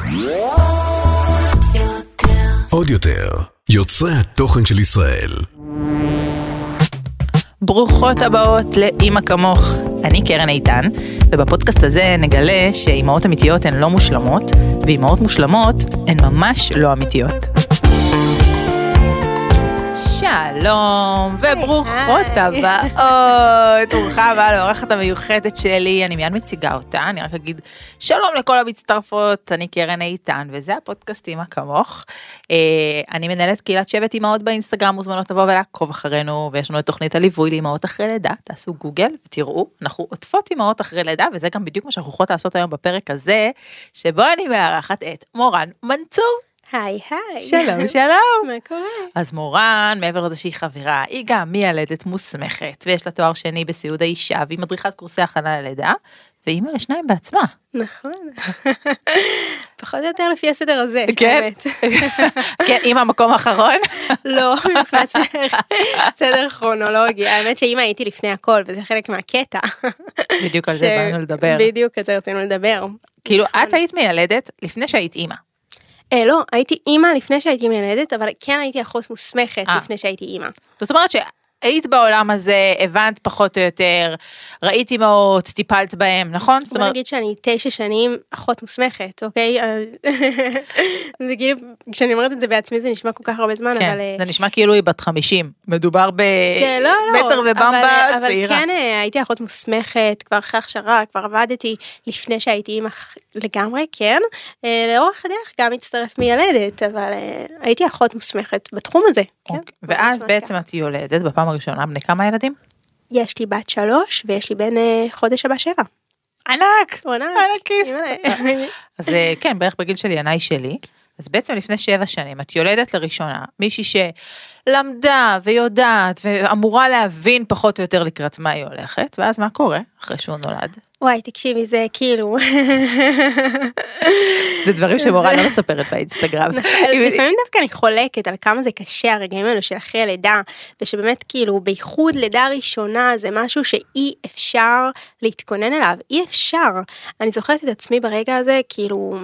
עוד יותר, יוצרי התוכן של ישראל. ברוכות הבאות לאמא כמוך. אני קרן איתן, ובפודקאסט הזה נגלה שאימהות אמיתיות הן לא מושלמות, ואימהות מושלמות הן ממש לא אמיתיות. שלום, וברוכות הבאות. ברוכה הבאה לאורחת המיוחדת שלי, אני מיד מציגה אותה, אני רק אגיד שלום לכל המצטרפות, אני קרן איתן, וזה הפודקאסט אמא כמוך. אני מנהלת קהילת שבט אמהות באינסטגרם, מוזמנות לבוא ולעקוב אחרינו, ויש לנו את תוכנית הליווי לאמהות אחרי לידה, תעשו גוגל ותראו, אנחנו עוטפות אמהות אחרי לידה, וזה גם בדיוק מה שאנחנו יכולות לעשות היום בפרק הזה, שבו אני מארחת את מורן מנצור. היי היי. שלום שלום. מה קורה? אז מורן, מעבר לזה שהיא חברה, היא גם מיילדת מוסמכת, ויש לה תואר שני בסיעוד האישה, והיא מדריכת קורסי הכנה ללידה, ואימא לשניים בעצמה. נכון. פחות או יותר לפי הסדר הזה. כן. כן, אימא מקום אחרון. לא, סדר כרונולוגי. האמת שאימא הייתי לפני הכל, וזה חלק מהקטע. בדיוק על זה באנו לדבר. בדיוק על זה רצינו לדבר. כאילו, את היית מיילדת לפני שהיית אימא. לא, הייתי אימא לפני שהייתי מיילדת, אבל כן הייתי אחות מוסמכת לפני שהייתי אימא. זאת אומרת שהיית בעולם הזה, הבנת פחות או יותר, ראית אימהות, טיפלת בהם, נכון? בוא נגיד שאני 9 שנים אחות מוסמכת, אוקיי? זה כאילו, כשאני אומרת את זה בעצמי זה נשמע כל כך הרבה זמן, אבל... זה נשמע כאילו היא בת 50, מדובר במטר ובמבה צעירה. אבל כן הייתי אחות מוסמכת, כבר אחרי הכשרה, כבר עבדתי לפני שהייתי אימא לגמרי, כן. לאורך הדרך גם הצטרף מיילדת, אבל הייתי אחות מוסמכת בתחום הזה. ואז בעצם את יולדת בפעם הראשונה, בני כמה ילדים? יש לי בת 3, ויש לי בן חודש הבא 7. ענק! ענקיסט. אז כן, בערך בגיל שלי, ענאי שלי. אז בעצם לפני 7 שנים, את יולדת לראשונה, מישהי שלמדה ויודעת, ואמורה להבין פחות או יותר לקראת מה היא הולכת, ואז מה קורה אחרי שהוא נולד? וואי, תקשיבי, זה כאילו... זה דברים שמורן לא מספרת באינסטגרם. לפעמים דווקא אני חולקת על כמה זה קשה, הרגעים האלו של אחרי לידה, ושבאמת כאילו, בייחוד לידה ראשונה, זה משהו שאי אפשר להתכונן אליו, אי אפשר. אני זוכרת את עצמי ברגע הזה, כאילו...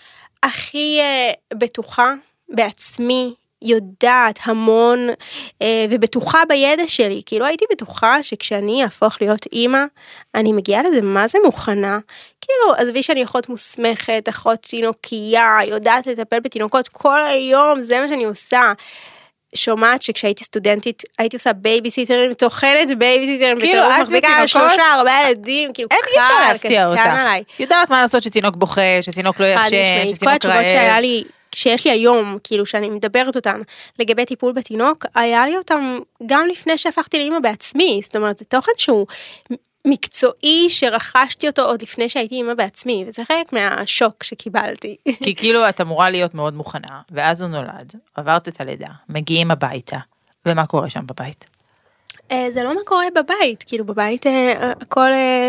הכי בטוחה בעצמי, יודעת המון, ובטוחה בידע שלי, כאילו הייתי בטוחה שכשאני אהפוך להיות אימא, אני מגיעה לזה מה זה מוכנה, כאילו עזבי שאני אחות מוסמכת, אחות תינוקייה, יודעת לטפל בתינוקות, כל היום זה מה שאני עושה, שומעת שכשהייתי סטודנטית, הייתי עושה בייביסיטרים, תוכנת בייביסיטרים, כאילו את מחזיקה 3-4 ילדים, כאילו קל, קטן עליי. יודעת מה לעשות שתינוק בוכה, שתינוק לא ישן, שתינוק כל התשובות שהיה לי, שיש לי היום, כאילו שאני מדברת אותן, לגבי טיפול בתינוק, היה לי אותם גם לפני שהפכתי לאמא בעצמי, זאת אומרת, זה תוכן שהוא מקצועי שרכשתי אותו עוד לפני שהייתי אימא בעצמי, וזה חלק מהשוק שקיבלתי. כי כאילו את אמורה להיות מאוד מוכנה, ואז הוא נולד, עברת את הלידה, מגיעים הביתה, ומה קורה שם בבית? זה לא מה קורה בבית, כאילו בבית הכל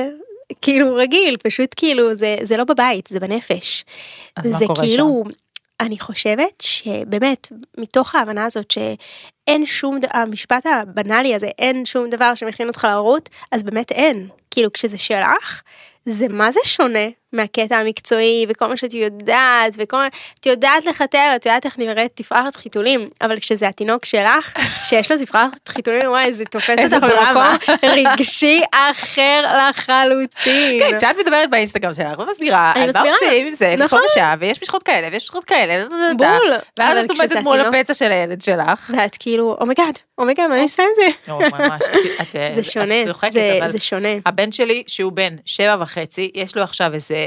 כאילו רגיל, פשוט כאילו זה לא בבית, זה בנפש. אז מה קורה כאילו, שם? אני חושבת שבאמת, מתוך ההבנה הזאת שאין שום, המשפט הבנאלי הזה, אין שום דבר שמכין אותך להורות, אז באמת אין. כאילו כשזה שלך, זה מה זה שונה מהקטע המקצועי, וכל מה שאת יודעת, את יודעת לחתל, את יודעת איך נראית תפרחת חיתולים, אבל כשזה התינוק שלך, שיש לו תפרחת חיתולים, וואי, זה תופס אותך במקום רגשי אחר לחלוטין. כן, כשאת מדברת באינסטגרם שלך, ומסבירה, מה עושים עם זה, וכל משעה, ויש משחות כאלה, ויש משחות כאלה, בול. ואז את עומדת מול הפצע של הילד שלך. ואת כאילו, אומייגאד, מה אני עושה עם זה? ממש, זה שונה, זה שונה. הבן שלי, שהוא בן 7.5, יש לו עכשיו איזה...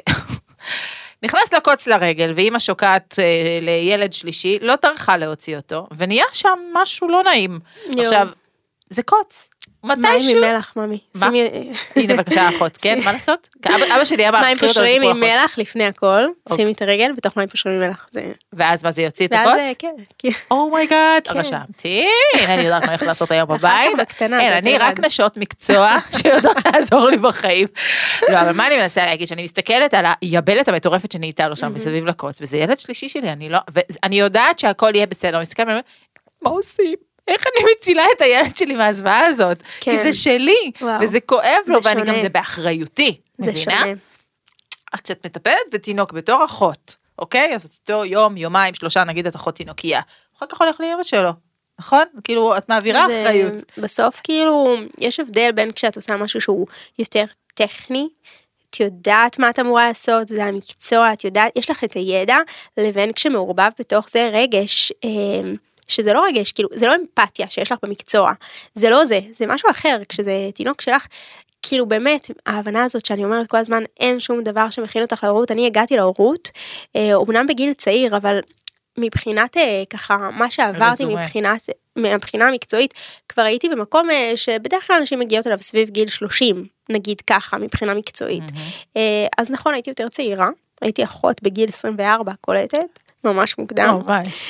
נכנס לקוץ לרגל, ואמא שוקעת לילד שלישי, לא טרחה להוציא אותו, ונהיה שם משהו לא נעים. עכשיו, זה קוץ. מתישהו... מים עם מלח, ממי. מה? הנה בבקשה אחות, כן? מה לעשות? אבא שלי אבא... מים פושרים עם מלח לפני הכל, שימי את הרגל בתוך מים פושרים עם מלח. ואז מה זה יוציא את הקוץ? כן. אומייגאד, רשמתי, אני יודעת מה איך לעשות היום בבית. אני רק נשות מקצוע שיודעות לעזור לי בחיים. לא, אבל מה אני מנסה להגיד? שאני מסתכלת על היבלת המטורפת שנהייתה לו שם מסביב לקוץ, וזה ילד שלישי שלי, אני יודעת שהכל יהיה בסדר, מסתכלת, מה עושים? איך אני מצילה את הילד שלי מהזוועה הזאת? כן. כי זה שלי, וואו. וזה כואב לו, ואני גם זה באחריותי. זה מבינה? שונה. כשאת מטפלת בתינוק בתור אחות, אוקיי? אז אותו יום, יומיים, 3, נגיד את אחות תינוקיה. אחר כך הולך לאמא שלו, נכון? כאילו, את מעבירה אחריות. בסוף, כאילו, יש הבדל בין כשאת עושה משהו שהוא יותר טכני, את יודעת מה את אמורה לעשות, זה המקצוע, את יודעת, יש לך את הידע, לבין כשמעורבב בתוך זה רגש, שזה לא רגש, כאילו, זה לא אמפתיה שיש לך במקצוע, זה לא זה, זה משהו אחר, כשזה תינוק שלך, כאילו באמת, ההבנה הזאת שאני אומרת כל הזמן, אין שום דבר שמכין אותך להורות, אני הגעתי להורות, אומנם בגיל צעיר, אבל מבחינת ככה, מה שעברתי מבחינה המקצועית, כבר הייתי במקום שבדרך כלל אנשים מגיעות אליו סביב גיל 30, נגיד ככה, מבחינה מקצועית. אז נכון, הייתי יותר צעירה, הייתי אחות בגיל 24, קולטת, ממש מוקדם. ממש.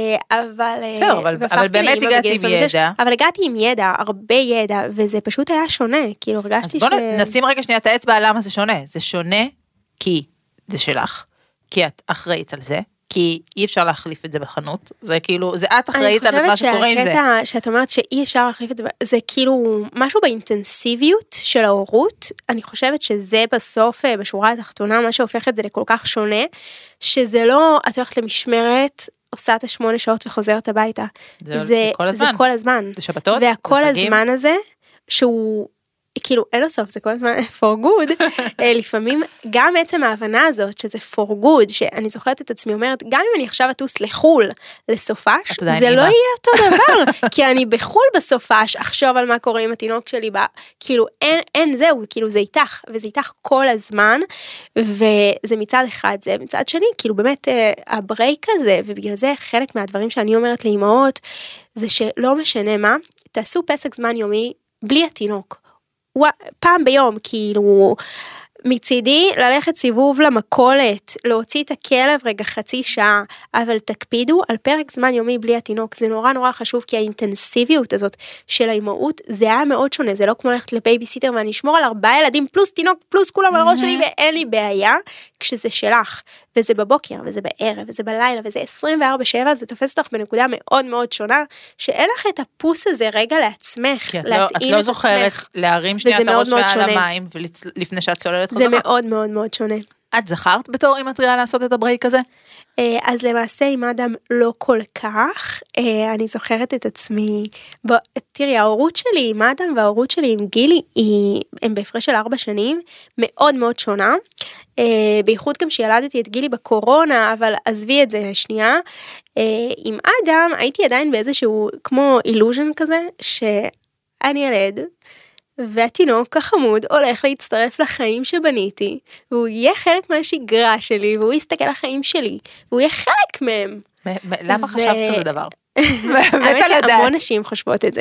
אבל באמת הגעתי עם ידע. אבל הגעתי עם ידע, הרבה ידע, וזה פשוט היה שונה, כאילו הרגשתי אז בוא נשים רגע שנייה את האצבע למה זה שונה. זה שונה כי זה שלך, כי את אחראית על זה, כי אי אפשר להחליף את זה בחנות, זה כאילו, זה את אחראית על מה שקורה עם זה. אני חושבת שהקטע שאת אומרת שאי אפשר להחליף את זה, זה כאילו משהו באינטנסיביות של ההורות, אני חושבת שזה בסוף, בשורה התחתונה, מה שהופך את זה לכל כך שונה, שזה לא, את הולכת למשמרת, עושה את 8 שעות וחוזרת הביתה. זה כל הזמן. זה שבתות? והכל הזמן הזה, שהוא כאילו אין לו סוף, זה כל הזמן for good, לפעמים גם עצם ההבנה הזאת שזה for good, שאני זוכרת את עצמי אומרת, גם אם אני עכשיו אטוס לחול לסופש, זה לא יהיה אותו דבר, כי אני בחול בסופש, אחשוב על מה קורה עם התינוק שלי, כאילו אין זהו, כאילו זה איתך, וזה איתך כל הזמן, וזה מצד אחד, זה מצד שני, כאילו באמת הברייק הזה, ובגלל זה חלק מהדברים שאני אומרת לאמהות, זה שלא משנה מה, תעשו פסק זמן יומי בלי התינוק, פעם ביום, כאילו, מצידי ללכת סיבוב למכולת, להוציא את הכלב רגע חצי שעה, אבל תקפידו על פרק זמן יומי בלי התינוק, זה נורא נורא חשוב, כי האינטנסיביות הזאת של האימהות, זה היה מאוד שונה, זה לא כמו ללכת לבייביסיטר, ואני אשמור על 4 ילדים, פלוס תינוק, פלוס כולם על הראש שלי, ואין לי בעיה, כשזה שלך, וזה בבוקר, וזה בערב, וזה בלילה, וזה 24/7, זה תופס אותך בנקודה מאוד מאוד שונה, שאין לך את הפוס הזה רגע לעצמך, להתאים את עצמך. את לא זוכרת להרים שנייה את הראש מעל המים, לפני שאת צוללת חזרה. זה מאוד מאוד מאוד שונה. את זכרת בתור אמא טריה לעשות את הברייק הזה? אז למעשה עם אדם לא כל כך, אני זוכרת את עצמי, תראי, ההורות שלי עם אדם וההורות שלי עם גילי, הם בהפרש של 4 שנים, מאוד מאוד שונה, בייחוד גם שילדתי את גילי בקורונה, אבל עזבי את זה שנייה, עם אדם הייתי עדיין באיזשהו, כמו אילוז'ן כזה, שאני ילד, והתינוק החמוד הולך להצטרף לחיים שבניתי, והוא יהיה חלק מהשגרה שלי, והוא יסתכל על החיים שלי, והוא יהיה חלק מהם. למה חשבת על הדבר? האמת שהמון נשים חושבות את זה.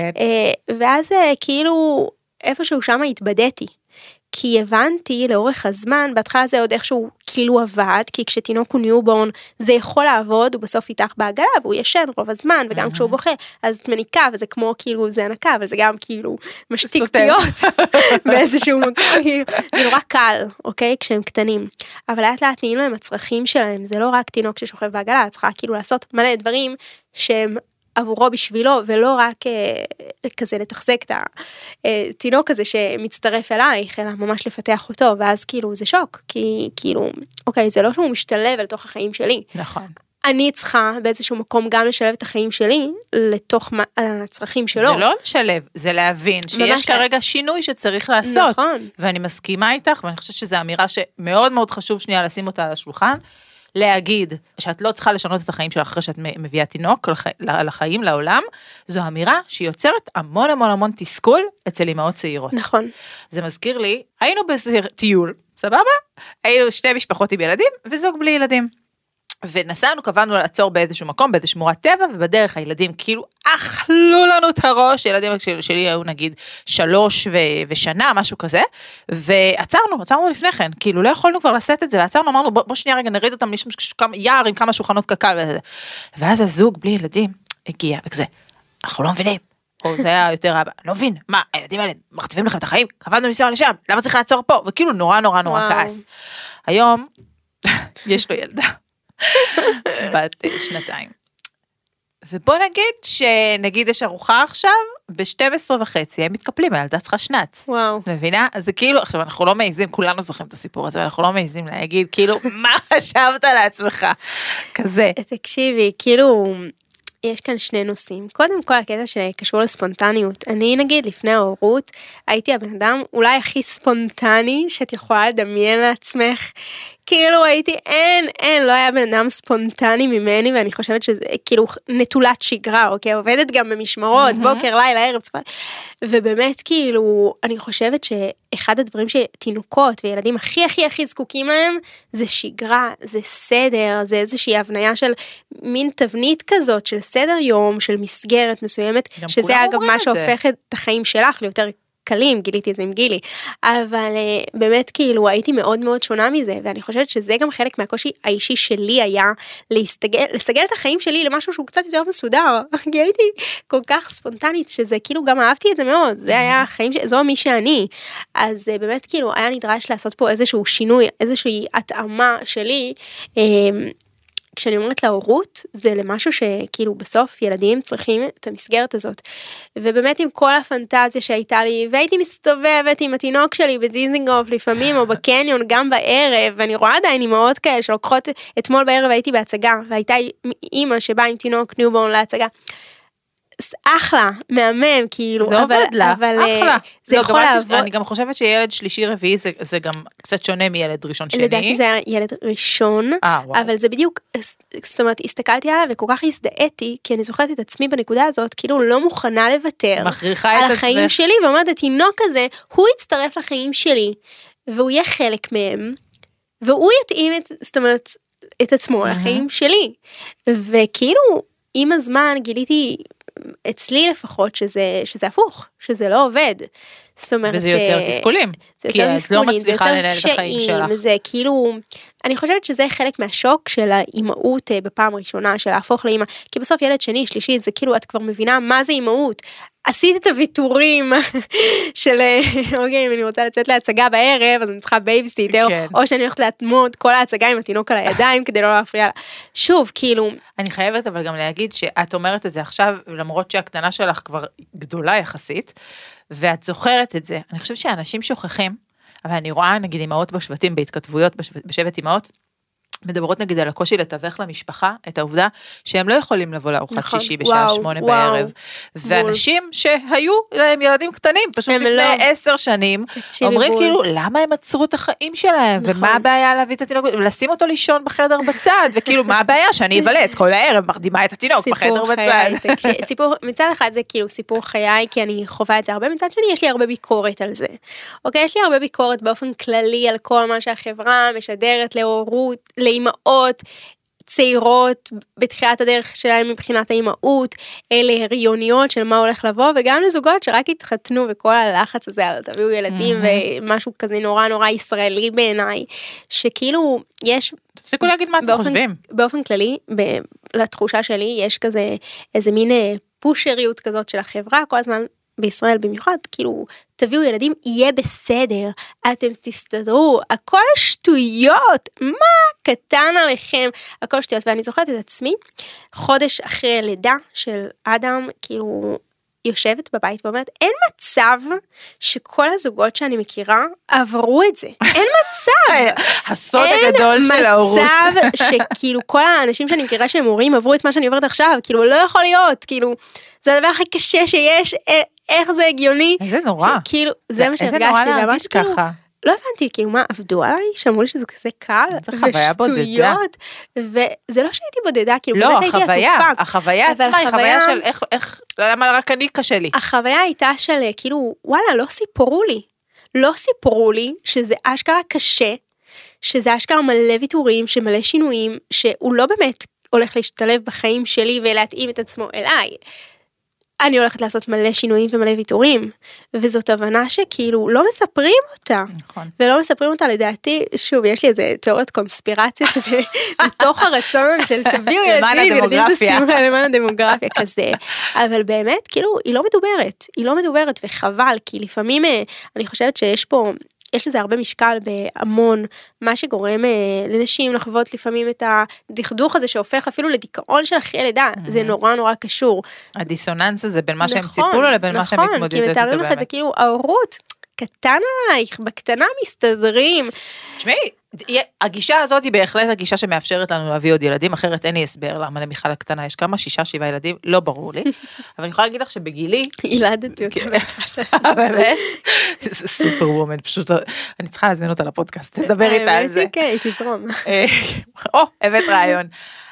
ואז כאילו איפשהו שם התבדיתי. כי הבנתי לאורך הזמן, בהתחלה זה עוד איכשהו כאילו עבד, כי כשתינוק הוא ניובורן זה יכול לעבוד, הוא בסוף איתך בעגלה, והוא ישן רוב הזמן, וגם כשהוא בוכה, אז את מניקה, וזה כמו כאילו זה הנקה, אבל זה גם כאילו משתיק פיות, באיזשהו מקום, כאילו, זה נורא קל, אוקיי, כשהם קטנים, אבל לאט לאט נהיים להם הצרכים שלהם, זה לא רק תינוק ששוכב בעגלה, את צריכה כאילו לעשות מלא דברים שהם עבורו בשבילו, ולא רק כזה לתחזק את התינוק הזה שמצטרף אלייך, אלא ממש לפתח אותו, ואז כאילו זה שוק, כי כאילו, אוקיי, זה לא שהוא משתלב אל תוך החיים שלי. נכון. אני צריכה באיזשהו מקום גם לשלב את החיים שלי, לתוך הצרכים שלו. זה לא לשלב, זה להבין שיש כרגע שינוי שצריך לעשות. נכון. ואני מסכימה איתך, ואני חושבת שזו אמירה שמאוד מאוד חשוב שנייה לשים אותה על השולחן, להגיד שאת לא צריכה לשנות את החיים שלך אחרי שאת מביאה תינוק לחיים, לעולם, זו אמירה שיוצרת המון המון המון תסכול אצל אמהות צעירות. נכון. זה מזכיר לי, היינו בטיול, סבבה? היינו 2 משפחות עם ילדים וזוג בלי ילדים. ונסענו, קבענו לעצור באיזשהו מקום, באיזשהו שמורת טבע, ובדרך הילדים כאילו אכלו לנו את הראש, ילדים שלי היו נגיד 3 ושנה, משהו כזה, ועצרנו לפני כן, כאילו לא יכולנו כבר לשאת את זה, ועצרנו, אמרנו בוא שנייה רגע נריד אותם, יש יער עם כמה שולחנות קקל, ואז הזוג בלי ילדים הגיע, וכזה, אנחנו לא מבינים, או זה היה יותר אבא, לא מבין, מה, הילדים האלה מכתיבים לכם את החיים, קבענו לנסוע לשם, למה צריך לעצור פה, וכאילו נורא נורא נורא כעס. היום יש לו ילדה. בת 2. ובוא נגיד שנגיד יש ארוחה עכשיו, ב-12:30 הם מתקפלים, הילדה צריכה שנץ. וואו. מבינה? אז זה כאילו, עכשיו אנחנו לא מעיזים, כולנו זוכרים את הסיפור הזה, אנחנו לא מעיזים להגיד, כאילו, מה חשבת לעצמך? כזה. תקשיבי, כאילו, יש כאן שני נושאים. קודם כל, הקטע שקשור לספונטניות. אני, נגיד, לפני ההורות, הייתי הבן אדם אולי הכי ספונטני שאת יכולה לדמיין לעצמך. כאילו הייתי, לא היה בן אדם ספונטני ממני, ואני חושבת שזה כאילו נטולת שגרה, אוקיי? עובדת גם במשמרות, בוקר, לילה, ערב, צפת. ובאמת, כאילו, אני חושבת שאחד הדברים שתינוקות וילדים הכי זקוקים להם, זה שגרה, זה סדר, זה איזושהי הבניה של מין תבנית כזאת, של סדר יום, של מסגרת מסוימת, שזה אגב מה שהופך את החיים שלך ליותר קלים, גיליתי את זה עם גילי, אבל באמת כאילו הייתי מאוד מאוד שונה מזה, ואני חושבת שזה גם חלק מהקושי האישי שלי היה לסגל את החיים שלי למשהו שהוא קצת יותר מסודר, כי הייתי כל כך ספונטנית, שזה כאילו גם אהבתי את זה מאוד, זה היה החיים, זו מי שאני, אז באמת כאילו היה נדרש לעשות פה איזשהו שינוי, איזושהי התאמה שלי, כשאני אומרת להורות, זה למשהו שכאילו בסוף ילדים צריכים את המסגרת הזאת. ובאמת עם כל הפנטזיה שהייתה לי, והייתי מסתובבת עם התינוק שלי בדיזינגוף לפעמים, או בקניון, גם בערב, ואני רואה עדיין אמהות כאלה שלוקחות, אתמול בערב הייתי בהצגה, והייתה אימא שבאה עם תינוק ניובורן להצגה. אחלה, מהמם, כאילו, זה עובד לה, אחלה. זה יכול לעבוד. אני גם חושבת שילד שלישי רביעי זה גם קצת שונה מילד ראשון שני. לדעתי זה היה ילד ראשון, אבל זה בדיוק, זאת אומרת, הסתכלתי עליו וכל כך הזדהיתי, כי אני זוכרת את עצמי בנקודה הזאת, כאילו לא מוכנה לוותר על החיים שלי, ואומרת, התינוק הזה, הוא יצטרף לחיים שלי, והוא יהיה חלק מהם, והוא יתאים זאת אומרת, את עצמו לחיים שלי. וכאילו, עם הזמן גיליתי, אצלי לפחות שזה הפוך, שזה לא עובד. זאת אומרת, וזה יוצר תסכולים, כי את לא מצליחה לנהל את החיים שלך. וזה כאילו, אני חושבת שזה חלק מהשוק של האימהות בפעם ראשונה, של להפוך לאימא, כי בסוף ילד שני, שלישי, זה כאילו את כבר מבינה מה זה אימהות. עשית את הוויתורים של, אוקיי, אם אני רוצה לצאת להצגה בערב, אז אני צריכה בייביסיטר, או שאני הולכת להתמוד כל ההצגה עם התינוק על הידיים, כדי לא להפריע לה. שוב, כאילו... אני חייבת אבל גם להגיד שאת אומרת את זה עכשיו, למרות שהקטנה שלך כבר גדולה יחסית, ואת זוכרת את זה. אני חושבת שאנשים שוכחים, אבל אני רואה נגיד אמהות בשבטים, בהתכתבויות בשבט אמהות, מדברות נגיד על הקושי לתווך למשפחה, את העובדה שהם לא יכולים לבוא לארוחת שישי בשעה 8 בערב, ואנשים שהיו להם ילדים קטנים, פשוט לפני 10 שנים, אומרים כאילו, למה הם עצרו את החיים שלהם, ומה הבעיה להביא את התינוק, ולשים אותו לישון בחדר בצד, וכאילו, מה הבעיה שאני אבלט כל הערב, מרדימה את התינוק בחדר בצד. מצד אחד זה כאילו סיפור חיי, כי אני חווה את זה הרבה, מצד שני יש לי הרבה ביקורת על זה. אוקיי, יש לי הרבה ביקורת באופן כללי על כל מה שהחברה משדרת להורות, לאימהות צעירות בתחילת הדרך שלהם מבחינת האימהות, להריוניות של מה הולך לבוא, וגם לזוגות שרק התחתנו וכל הלחץ הזה, תביאו ילדים ומשהו כזה נורא נורא ישראלי בעיניי, שכאילו יש... תפסיקו להגיד מה אתם חושבים. באופן כללי, לתחושה שלי, יש כזה איזה מין פושריות כזאת של החברה, כל הזמן בישראל במיוחד, כאילו, תביאו ילדים, יהיה בסדר, אתם תסתדרו, הכל שטויות, מה קטן עליכם, הכל שטויות, ואני זוכרת את עצמי, חודש אחרי הלידה של אדם, כאילו, יושבת בבית ואומרת, אין מצב שכל הזוגות שאני מכירה עברו את זה, אין מצב, הסוד הגדול של ההורות, אין מצב שכאילו כל האנשים שאני מכירה שהם הורים עברו את מה שאני עוברת עכשיו, כאילו לא יכול להיות, כאילו זה הדבר הכי קשה שיש, איך זה הגיוני, איזה נורא, כאילו זה מה שהרגשתי, ואמרתי כאילו, לא הבנתי, כאילו מה, עבדו עליי, שאמרו לי שזה כזה קל, ושטויות, וזה לא שהייתי בודדה, כאילו באמת הייתי עטופה. החוויה עצמה היא חוויה של איך, למה רק אני קשה לי. החוויה הייתה של כאילו, וואלה, לא סיפרו לי שזה אשכרה קשה, שזה אשכרה מלא ויתורים, שמלא שינויים, שהוא לא באמת הולך להשתלב בחיים שלי, ולהתאים את עצמו אליי. אני הולכת לעשות מלא שינויים ומלא ויתורים, וזאת הבנה שכאילו לא מספרים אותה, נכון. ולא מספרים אותה לדעתי, שוב, יש לי איזה תיאוריית קונספירציה, שזה מתוך הרצון של תביאו ילדים זה סימן למען הדמוגרפיה כזה, אבל באמת, כאילו, היא לא מדוברת, וחבל, כי לפעמים אני חושבת שיש פה יש לזה הרבה משקל בהמון, מה שגורם לנשים לחוות לפעמים את הדכדוך הזה שהופך אפילו לדיכאון של אחרי לידה, זה נורא נורא קשור. הדיסוננס הזה בין מה שהם ציפו לו לבין מה שהם מתמודדת איתו באמת. כי מתארים לך את זה כאילו, ההורות קטן עלייך, בקטנה מסתדרים. תשמעי, הגישה הזאת היא בהחלט הגישה שמאפשרת לנו להביא עוד ילדים, אחרת אין לי הסבר למה למיכל הקטנה יש כמה 6-7 ילדים, לא ברור לי, אבל אני יכולה להגיד לך שבגילי, ילדתי אותה. באמת, סופר וומן, פשוט, אני צריכה להזמין אותה לפודקאסט, תדבר איתה על זה. כן, תזרום. הבאת רעיון.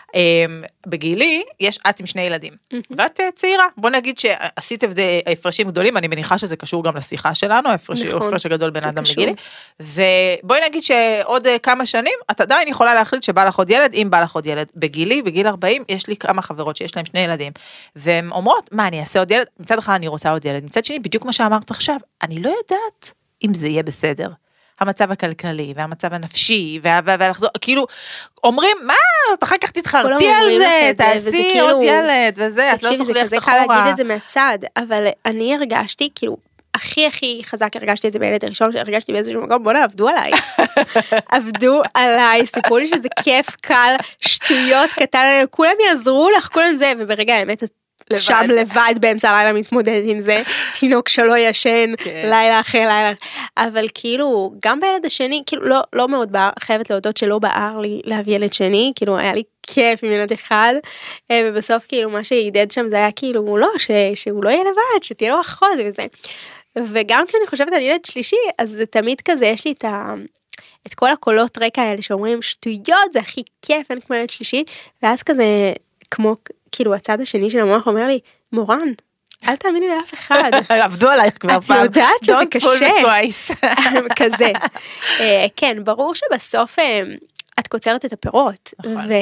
בגילי יש את עם 2 ילדים, ואת צעירה, בוא נגיד שעשית הפרשים גדולים, אני מניחה שזה קשור גם לשיחה שלנו, הפרש הגדול בין אדם לגילי, ובואי נגיד שעוד כמה שנים, את עדיין יכולה להחליט שבא לך עוד ילד, אם בא לך עוד ילד. בגילי, בגיל 40, יש לי כמה חברות שיש להם 2 ילדים, והן אומרות, מה, אני אעשה עוד ילד? מצד אחד אני רוצה עוד ילד, מצד שני, בדיוק מה שאמרת עכשיו, אני לא יודעת אם זה יהיה בסדר. המצב הכלכלי, והמצב הנפשי, ולחזור, כאילו, אומרים, מה, את אחר כך תתחרתי על זה, תעשי עוד ילד, וזה, את לא תוכלי ללכת אחורה. זה קל להגיד את זה מהצד, אבל אני הרגשתי, כאילו, הכי חזק הרגשתי את זה בילד הראשון, שהרגשתי באיזשהו מקום, בואו עבדו עליי. עבדו עליי, סיפרו לי שזה כיף, קל, שטויות, קטן, כולם יעזרו לך, כולם זה, וברגע האמת, שם לבד באמצע הלילה מתמודד עם זה, תינוק שלא ישן, לילה אחרי לילה, אבל כאילו, גם בילד השני, כאילו לא מאוד בער, חייבת להודות שלא בער לי להביא ילד שני, כאילו היה לי כיף עם ילד אחד, ובסוף כאילו מה שידד שם זה היה כאילו, לא, שהוא לא יהיה לבד, שתהיה לו אחות וזה, וגם כשאני חושבת על ילד שלישי, אז זה תמיד כזה, יש לי את כל הקולות רקע האלה שאומרים, שטויות, זה הכי כיף, אין כמו ילד שלישי, ואז כזה, כמו כאילו הצד השני של המוח אומר לי, מורן, אל תאמיני לאף אחד. עבדו עלייך כבר פעם. את יודעת שזה קשה. Don't fool me twice. כזה. כן, ברור שבסוף את קוצרת את הפירות,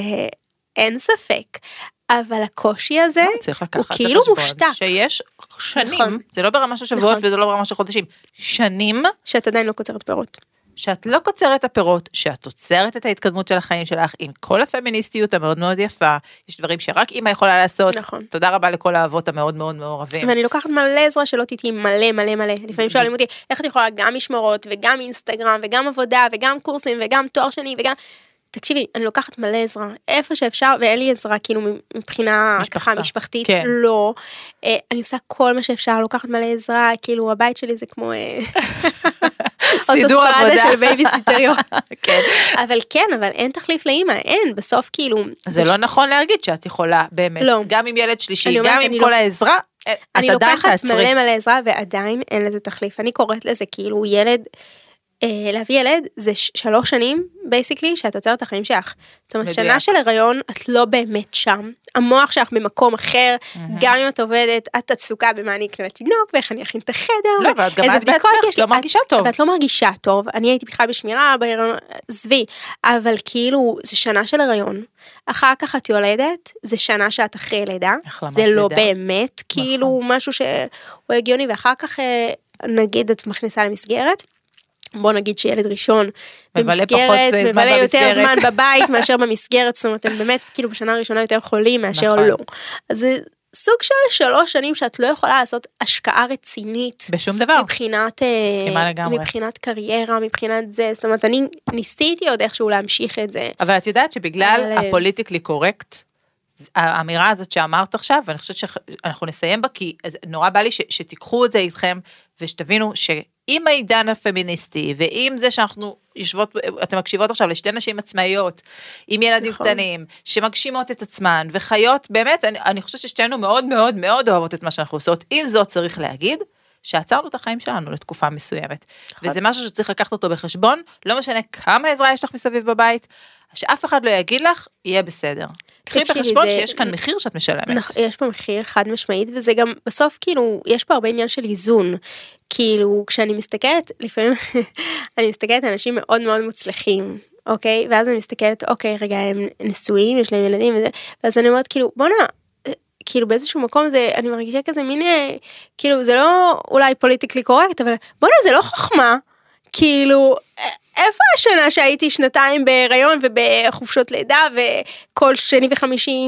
ואין ספק, אבל הקושי הזה, הוא כאילו מושתק. שיש שנים, זה לא ברמה של שבועות וזה לא ברמה של חודשים, שנים. שאת עדיין לא קוצרת פירות. שאת לא קוצרת הפירות, שאת עוצרת את ההתקדמות של החיים שלך, עם כל הפמיניסטיות המאוד מאוד יפה, יש דברים שרק אמא יכולה לעשות, נכון. תודה רבה לכל האבות המאוד מאוד מעורבים. ואני לוקחת מלא עזרה שלא תהיי מלא מלא מלא, לפעמים שואלים אותי, איך את יכולה גם משמרות, וגם אינסטגרם, וגם עבודה, וגם קורסים, וגם תואר שני, וגם, תקשיבי, אני לוקחת מלא עזרה, איפה שאפשר, ואין לי עזרה, כאילו מבחינה ככה משפחתית, כן. לא, אני עושה כל מה שאפשר, לוקחת מלא עזרה, כאילו הבית שלי זה כמו סידור עבודה של בייביסיטר. כן. אבל אין תחליף לאמא, אין, בסוף כאילו. זה לא נכון להגיד שאת יכולה באמת, גם עם ילד שלישי, גם עם כל העזרה, אני לוקחת מלא מלא עזרה, ועדיין אין לזה תחליף, אני קוראת לזה כאילו ילד, להביא ילד זה 3 שנים, בייסיקלי, שאת עוצרת את החיים שלך. זאת אומרת, שנה של הריון, את לא באמת שם. המוח שלך במקום אחר, גם אם את עובדת, את עסוקה במה אני אקנה לתינוק, ואיך אני אכין את החדר. לא, ואת גם את בעצמך, לא מרגישה טוב. ואת לא מרגישה טוב. אני הייתי בכלל בשמירה, בהיריון, זבי. אבל כאילו, זה שנה של הריון. אחר כך את יולדת, זה שנה שאת אחרי לידה. זה לא באמת, כאילו, משהו שהוא הגיוני, ואחר כך, נגיד, את מכניסה למסגרת. בוא נגיד שילד ראשון במסגרת, מבלה יותר זמן בבית מאשר במסגרת, זאת אומרת, הם באמת כאילו בשנה הראשונה יותר חולים מאשר לא. אז זה סוג של 3 שנים שאת לא יכולה לעשות השקעה רצינית. בשום דבר. מבחינת קריירה, מבחינת זה, זאת אומרת, אני ניסיתי עוד איכשהו להמשיך את זה. אבל את יודעת שבגלל הפוליטיקלי קורקט, האמירה הזאת שאמרת עכשיו, ואני חושבת שאנחנו נסיים בה, כי נורא בא לי שתיקחו את זה איתכם, ושתבינו שעם העידן הפמיניסטי, ועם זה שאנחנו יושבות, אתם מקשיבות עכשיו לשתי נשים עצמאיות, עם ילדים קטנים, שמגשימות את עצמן, וחיות, באמת, אני חושבת ששתינו מאוד מאוד מאוד אוהבות את מה שאנחנו עושות, עם זאת צריך להגיד, שעצרנו את החיים שלנו לתקופה מסוימת, וזה משהו שצריך לקחת אותו בחשבון, לא משנה כמה עזרה יש לך מסביב בבית, שאף אחד לא יגיד לך, יהיה בסדר. קחי בחשבון שיש כאן מחיר שאת משלמת. יש פה מחיר חד משמעית, וזה גם בסוף כאילו, יש פה הרבה עניין של איזון, כאילו כשאני מסתכלת, לפעמים אני מסתכלת על אנשים מאוד מאוד מוצלחים, אוקיי? ואז אני מסתכלת, אוקיי, רגע, הם נשואים, יש להם ילדים וזה, ואז אני אומרת כאילו, בוא כאילו באיזשהו מקום זה, אני מרגישה כזה מין, כאילו זה לא אולי פוליטיקלי קורקט, אבל בוא זה לא חוכמה, כאילו, איפה השנה שהייתי 2 בהיריון ובחופשות לידה, וכל שני וחמישי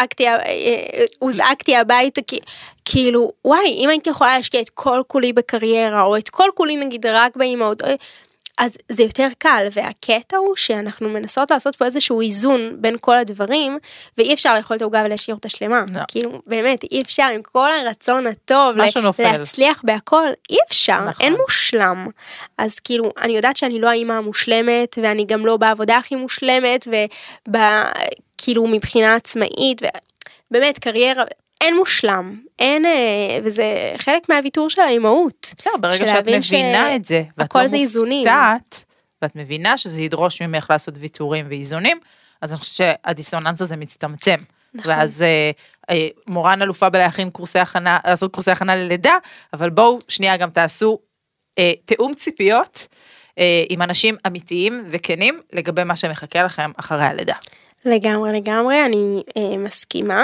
הוזעקתי הביתה, כאילו, וואי, אם הייתי יכולה להשקיע את כל כולי בקריירה, או את כל כולי נגיד רק באמהות, אז זה יותר קל, והקטע הוא שאנחנו מנסות לעשות פה איזשהו איזון בין כל הדברים, ואי אפשר לאכול את העוגה ולהשאיר אותה שלמה. כאילו, באמת, אי אפשר עם כל הרצון הטוב, להצליח בהכל, אי אפשר, אין מושלם. אז כאילו, אני יודעת שאני לא האמא המושלמת, ואני גם לא בעבודה הכי מושלמת, וכאילו מבחינה עצמאית, ובאמת, קריירה, אין מושלם, אין, וזה חלק מהוויתור של האימהות. בסדר, ברגע שאת מבינה את זה, ואת לא מופתעת, ואת מבינה שזה ידרוש ממך לעשות ויתורים ואיזונים, אז אני חושבת שהדיסוננס הזה מצטמצם. ואז מורן אלופה בלהכין קורסי הכנה, לעשות קורסי הכנה ללידה, אבל בואו שנייה גם תעשו תאום ציפיות עם אנשים אמיתיים וכנים, לגבי מה שמחכה לכם אחרי הלידה. לגמרי, אני מסכימה.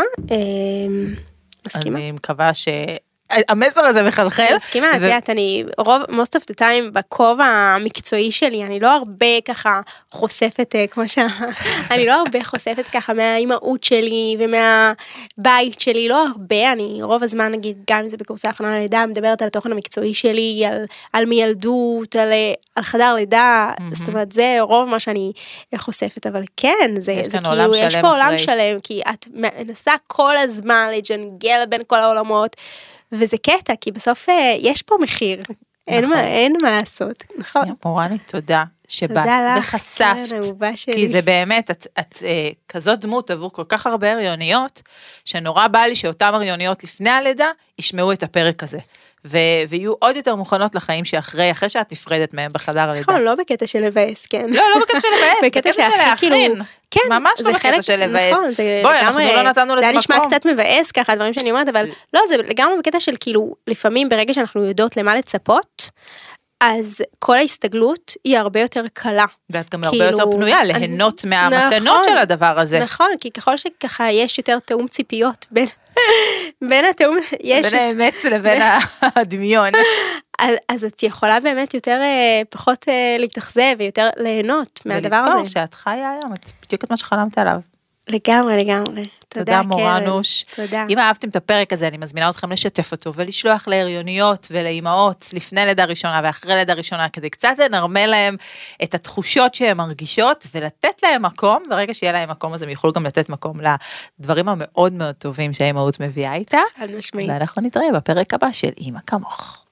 אני מקווה שהמסר הזה מחלחל. אני מסכימה, את יודעת, אני most of the time בכובע המקצועי שלי, אני לא הרבה ככה חושפת, אני לא הרבה חושפת ככה מהאימהות שלי ומהבית שלי, לא הרבה, אני רוב הזמן נגיד, גם אם זה בקורסי הכנה ללידה, מדברת על התוכן המקצועי שלי, על מילדות, על חדר לידה, זאת אומרת, זה רוב מה שאני חושפת, אבל כן, זה כאילו, יש פה עולם שלם, כי את מנסה כל הזמן לג'נגל בין כל העולמות, וזה קטע, כי בסוף יש פה מחיר, אין מה לעשות, נכון. מורני, תודה שבאת וחשפת, כי זה באמת, את כזאת דמות עבור כל כך הרבה הריוניות, שנורא בא לי שאותם הריוניות לפני הלידה, ישמעו את הפרק הזה, ויהיו עוד יותר מוכנות לחיים שאחרי, אחרי שאת נפרדת מהם בחדר הלידה. נכון, לא בקטע של לבאס, כן. לא בקטע של לבאס, בקטע של להכין. כן, ממש לא בקטע של לבאס. נכון, זה בואי, אנחנו לא נתנו לזה מקום. זה נשמע קצת מבאס ככה, הדברים שאני אומרת, אבל לא, זה לגמרי בקטע של כאילו, לפעמים ברגע שאנחנו יודעות למה לצפות, אז כל ההסתגלות היא הרבה יותר קלה. ואת גם הרבה יותר פנויה, ליהנות מהמתנות של הדבר הזה. נכון, כי ככל שככה יש יותר תאום ציפיות בין התאום, בין האמת לבין הדמיון. אז את יכולה באמת יותר, פחות להתאכזב ויותר ליהנות מהדבר הזה. ולזכור שאת חיה היום, את בדיוק את מה שחלמת עליו. לגמרי. תודה מורנוש. תודה. אם אהבתם את הפרק הזה, אני מזמינה אתכם לשתף אותו, ולשלוח להריוניות ולאימהות לפני לידה ראשונה ואחרי לידה ראשונה, כדי קצת לנרמל להם את התחושות שהן מרגישות, ולתת להם מקום, ברגע שיהיה להם מקום, אז הם יוכלו גם לתת מקום לדברים המאוד מאוד טובים שהאימהות מביאה איתה. חד משמעית. ואנחנו נתראה בפרק הבא של אמא כמוך.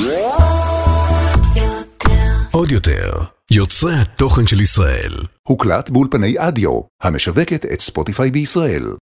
עוד יותר, יוצרי התוכן של ישראל. הוקלט באולפני אדיו, המשווקת את ספוטיפיי בישראל.